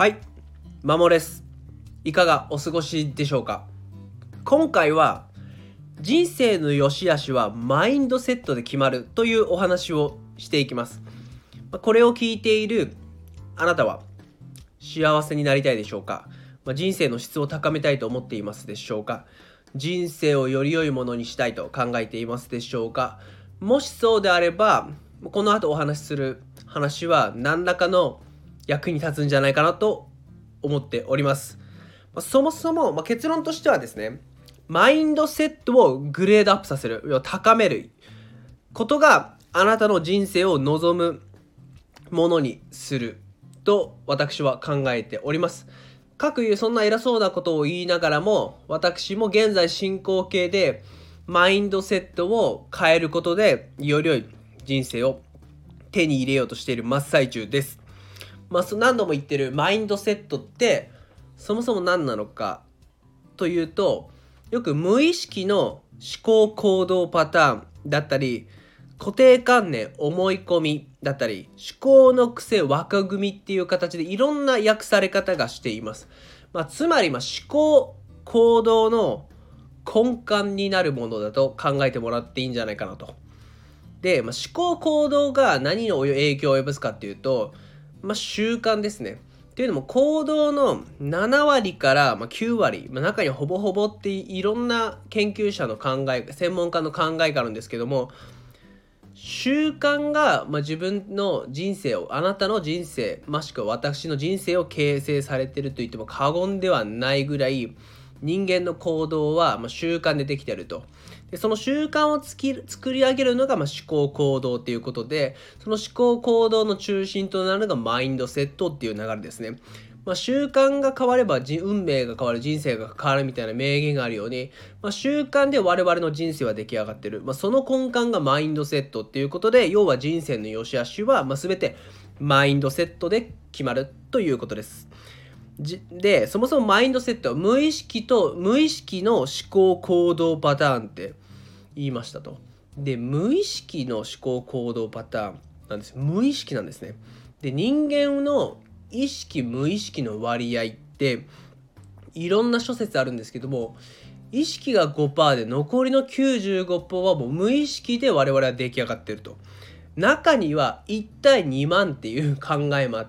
はい、マモです。いかがお過ごしでしょうか。今回は人生の良し悪しはマインドセットで決まるというお話をしていきます。これを聞いているあなたは幸せになりたいでしょうか。人生の質を高めたいと思っていますでしょうか。人生をより良いものにしたいと考えていますでしょうか。もしそうであれば、この後お話しする話は何らかの役に立つんじゃないかなと思っております。そもそも、結論としてはですね、マインドセットをグレードアップさせる、高めることがあなたの人生を望むものにすると私は考えております。かくいうそんな偉そうなことを言いながらも、私も現在進行形でマインドセットを変えることでより良い人生を手に入れようとしている真っ最中です。何度も言ってるマインドセットってそもそも何なのかというと、よく無意識の思考行動パターンだったり、固定観念思い込みだったり、思考の癖枠組みっていう形でいろんな訳され方がしています。つまり思考行動の根幹になるものだと考えてもらっていいんじゃないかなと。で、思考行動が何の影響を及ぼすかっていうと、習慣ですね。っていうのも行動の7割から9割、中にはほぼほぼっていろんな研究者の考え、専門家の考えがあるんですけども、習慣が自分の人生を、あなたの人生、もしくは私の人生を形成されていると言っても過言ではないぐらい、人間の行動は習慣でできていると。でその習慣を作り上げるのが思考行動ということで、その思考行動の中心となるのがマインドセットっていう流れですね。習慣が変われば運命が変わる、人生が変わるみたいな名言があるように、習慣で我々の人生は出来上がってる。その根幹がマインドセットっていうことで、要は人生の良し悪しは全てマインドセットで決まるということです。で、そもそもマインドセットは無意識の思考行動パターンって言いましたと。で、無意識の思考行動パターンなんです。無意識なんですね。で、人間の意識無意識の割合っていろんな諸説あるんですけども、意識が 5% で残りの 95% はもう無意識で我々は出来上がっていると。中には1対2万っていう考えもあって、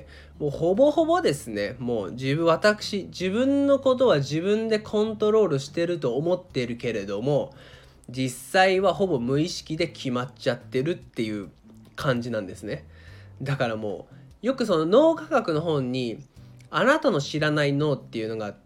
もうほぼほぼですね、もう自分のことは自分でコントロールしてると思っているけれども、実際はほぼ無意識で決まっちゃってるっていう感じなんですね。だからもうよくその脳科学の本にあなたの知らない脳っていうのがあって、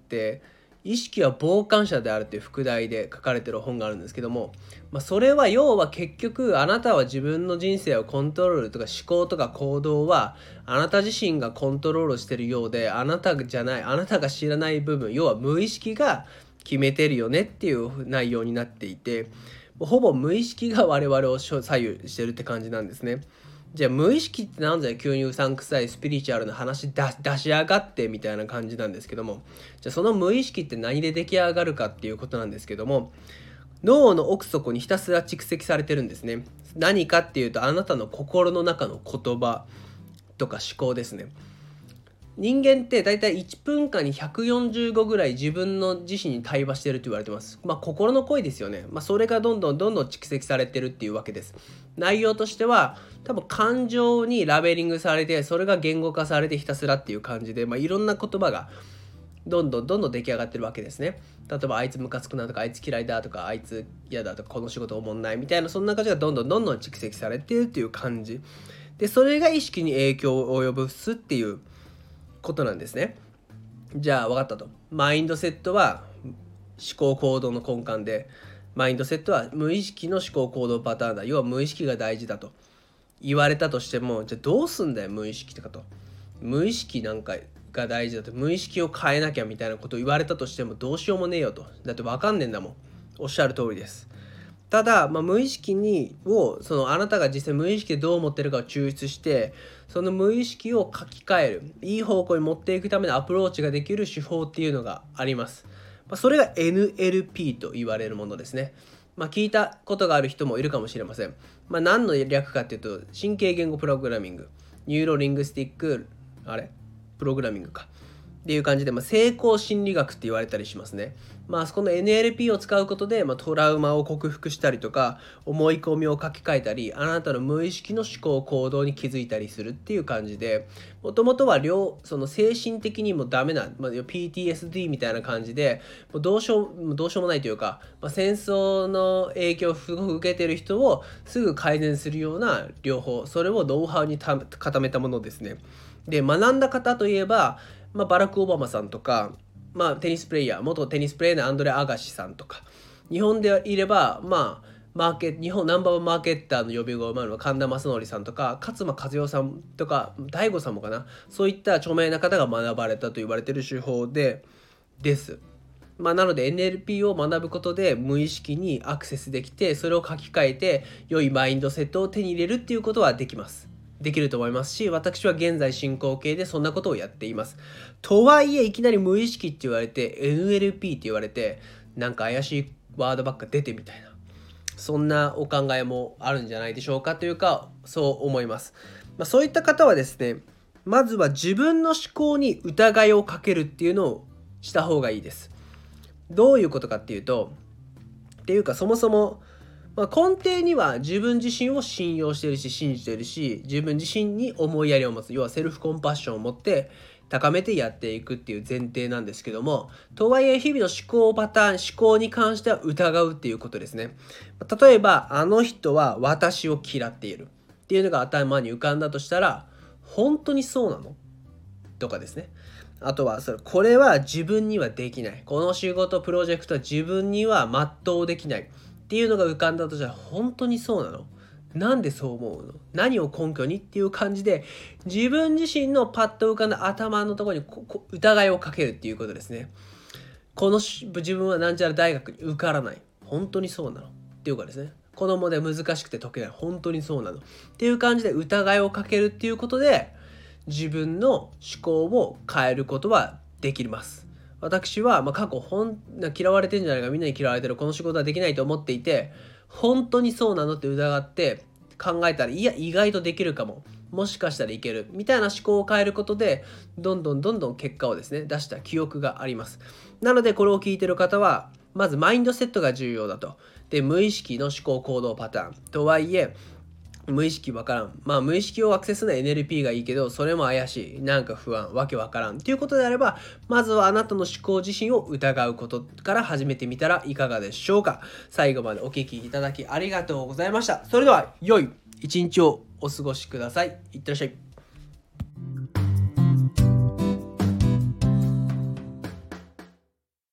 意識は傍観者であるという副題で書かれてる本があるんですけども、それは要は結局あなたは自分の人生をコントロールとか思考とか行動はあなた自身がコントロールしてるようで、あなたが知らない部分、要は無意識が決めてるよねっていう内容になっていて、ほぼ無意識が我々を左右してるって感じなんですね。じゃあ無意識ってなんで急にうさんくさいスピリチュアルな話出し上がってみたいな感じなんですけども、じゃあその無意識って何で出来上がるかっていうことなんですけども、脳の奥底にひたすら蓄積されてるんですね。何かっていうと、あなたの心の中の言葉とか思考ですね。人間ってだいたい1分間に145ぐらい自分の自身に対話してると言われてます。心の声ですよね。それがどんどん蓄積されてるっていうわけです。内容としては多分感情にラベリングされて、それが言語化されてひたすらっていう感じで、いろんな言葉がどんどん出来上がってるわけですね。例えばあいつムカつくなとか、あいつ嫌いだとか、あいつ嫌だとか、この仕事おもんないみたいな、そんな感じがどんどん蓄積されているっていう感じで、それが意識に影響を及ぼすっていうことなんですね。じゃあ分かったと。マインドセットは思考行動の根幹で、マインドセットは無意識の思考行動パターンだ、要は無意識が大事だと言われたとしても、じゃあどうすんだよ無意識とかと。無意識なんかが大事だと、無意識を変えなきゃみたいなことを言われたとしてもどうしようもねえよと。だって分かんねえんだもん。おっしゃる通りです。ただ、無意識あなたが実際無意識でどう思ってるかを抽出して、その無意識を書き換える、いい方向に持っていくためのアプローチができる手法っていうのがあります。それが NLP と言われるものですね。聞いたことがある人もいるかもしれません。何の略かっていうと、神経言語プログラミング、ニューロリングスティック、 プログラミングかっていう感じで、成功心理学って言われたりしますね。そこの NLP を使うことで、トラウマを克服したりとか、思い込みを書き換えたり、あなたの無意識の思考行動に気づいたりするっていう感じで、もともとはその精神的にもダメな、PTSD みたいな感じで、もうどうしようもないというか、戦争の影響をすごく受けている人をすぐ改善するような療法、それをノウハウに固めたものですね。で、学んだ方といえば、バラク・オバマさんとか、元テニスプレーヤーのアンドレ・アガシさんとか、日本でいれば、日本ナンバーワンマーケッターの呼び声をの神田正則さんとか、勝間和代さんとか、大悟さんもかな、そういった著名な方が学ばれたと言われている手法です。なので NLP を学ぶことで無意識にアクセスできて、それを書き換えて良いマインドセットを手に入れるっていうことはできると思いますし、私は現在進行形でそんなことをやっています。とはいえ、いきなり無意識って言われて NLP って言われて、なんか怪しいワードばっか出てみたいな、そんなお考えもあるんじゃないでしょうかというか、そう思います。そういった方はですね、まずは自分の思考に疑いをかけるっていうのをした方がいいです。どういうことかっていうと、そもそも根底には自分自身を信用しているし信じているし、自分自身に思いやりを持つ、要はセルフコンパッションを持って高めてやっていくっていう前提なんですけども、とはいえ日々の思考に関しては疑うっていうことですね。例えば、あの人は私を嫌っているっていうのが頭に浮かんだとしたら、本当にそうなの？とかですね。あとはこれは自分にはできない、この仕事プロジェクトは自分には全うできないっていうのが浮かんだとしたら、本当にそうなの？なんでそう思うの？何を根拠にっていう感じで、自分自身のパッと浮かんだ頭のところに疑いをかけるっていうことですね。自分はなんちゃら大学に受からない、本当にそうなの？っていうかですね、この問題難しくて解けない、本当にそうなの？っていう感じで疑いをかけるっていうことで、自分の思考を変えることはできます。私は過去嫌われてんじゃないか、みんなに嫌われてる、この仕事はできないと思っていて、本当にそうなのって疑って考えたら、いや意外とできるかも、もしかしたらいけるみたいな思考を変えることで、どんどん結果をですね出した記憶があります。なのでこれを聞いてる方は、まずマインドセットが重要だと。で、無意識の思考行動パターンとはいえ、無意識わからん。無意識をアクセスするのは NLP がいいけど、それも怪しい。なんか不安。わけわからん。ということであれば、まずはあなたの思考自身を疑うことから始めてみたらいかがでしょうか。最後までお聞きいただきありがとうございました。それでは、良い一日をお過ごしください。いってらっしゃい。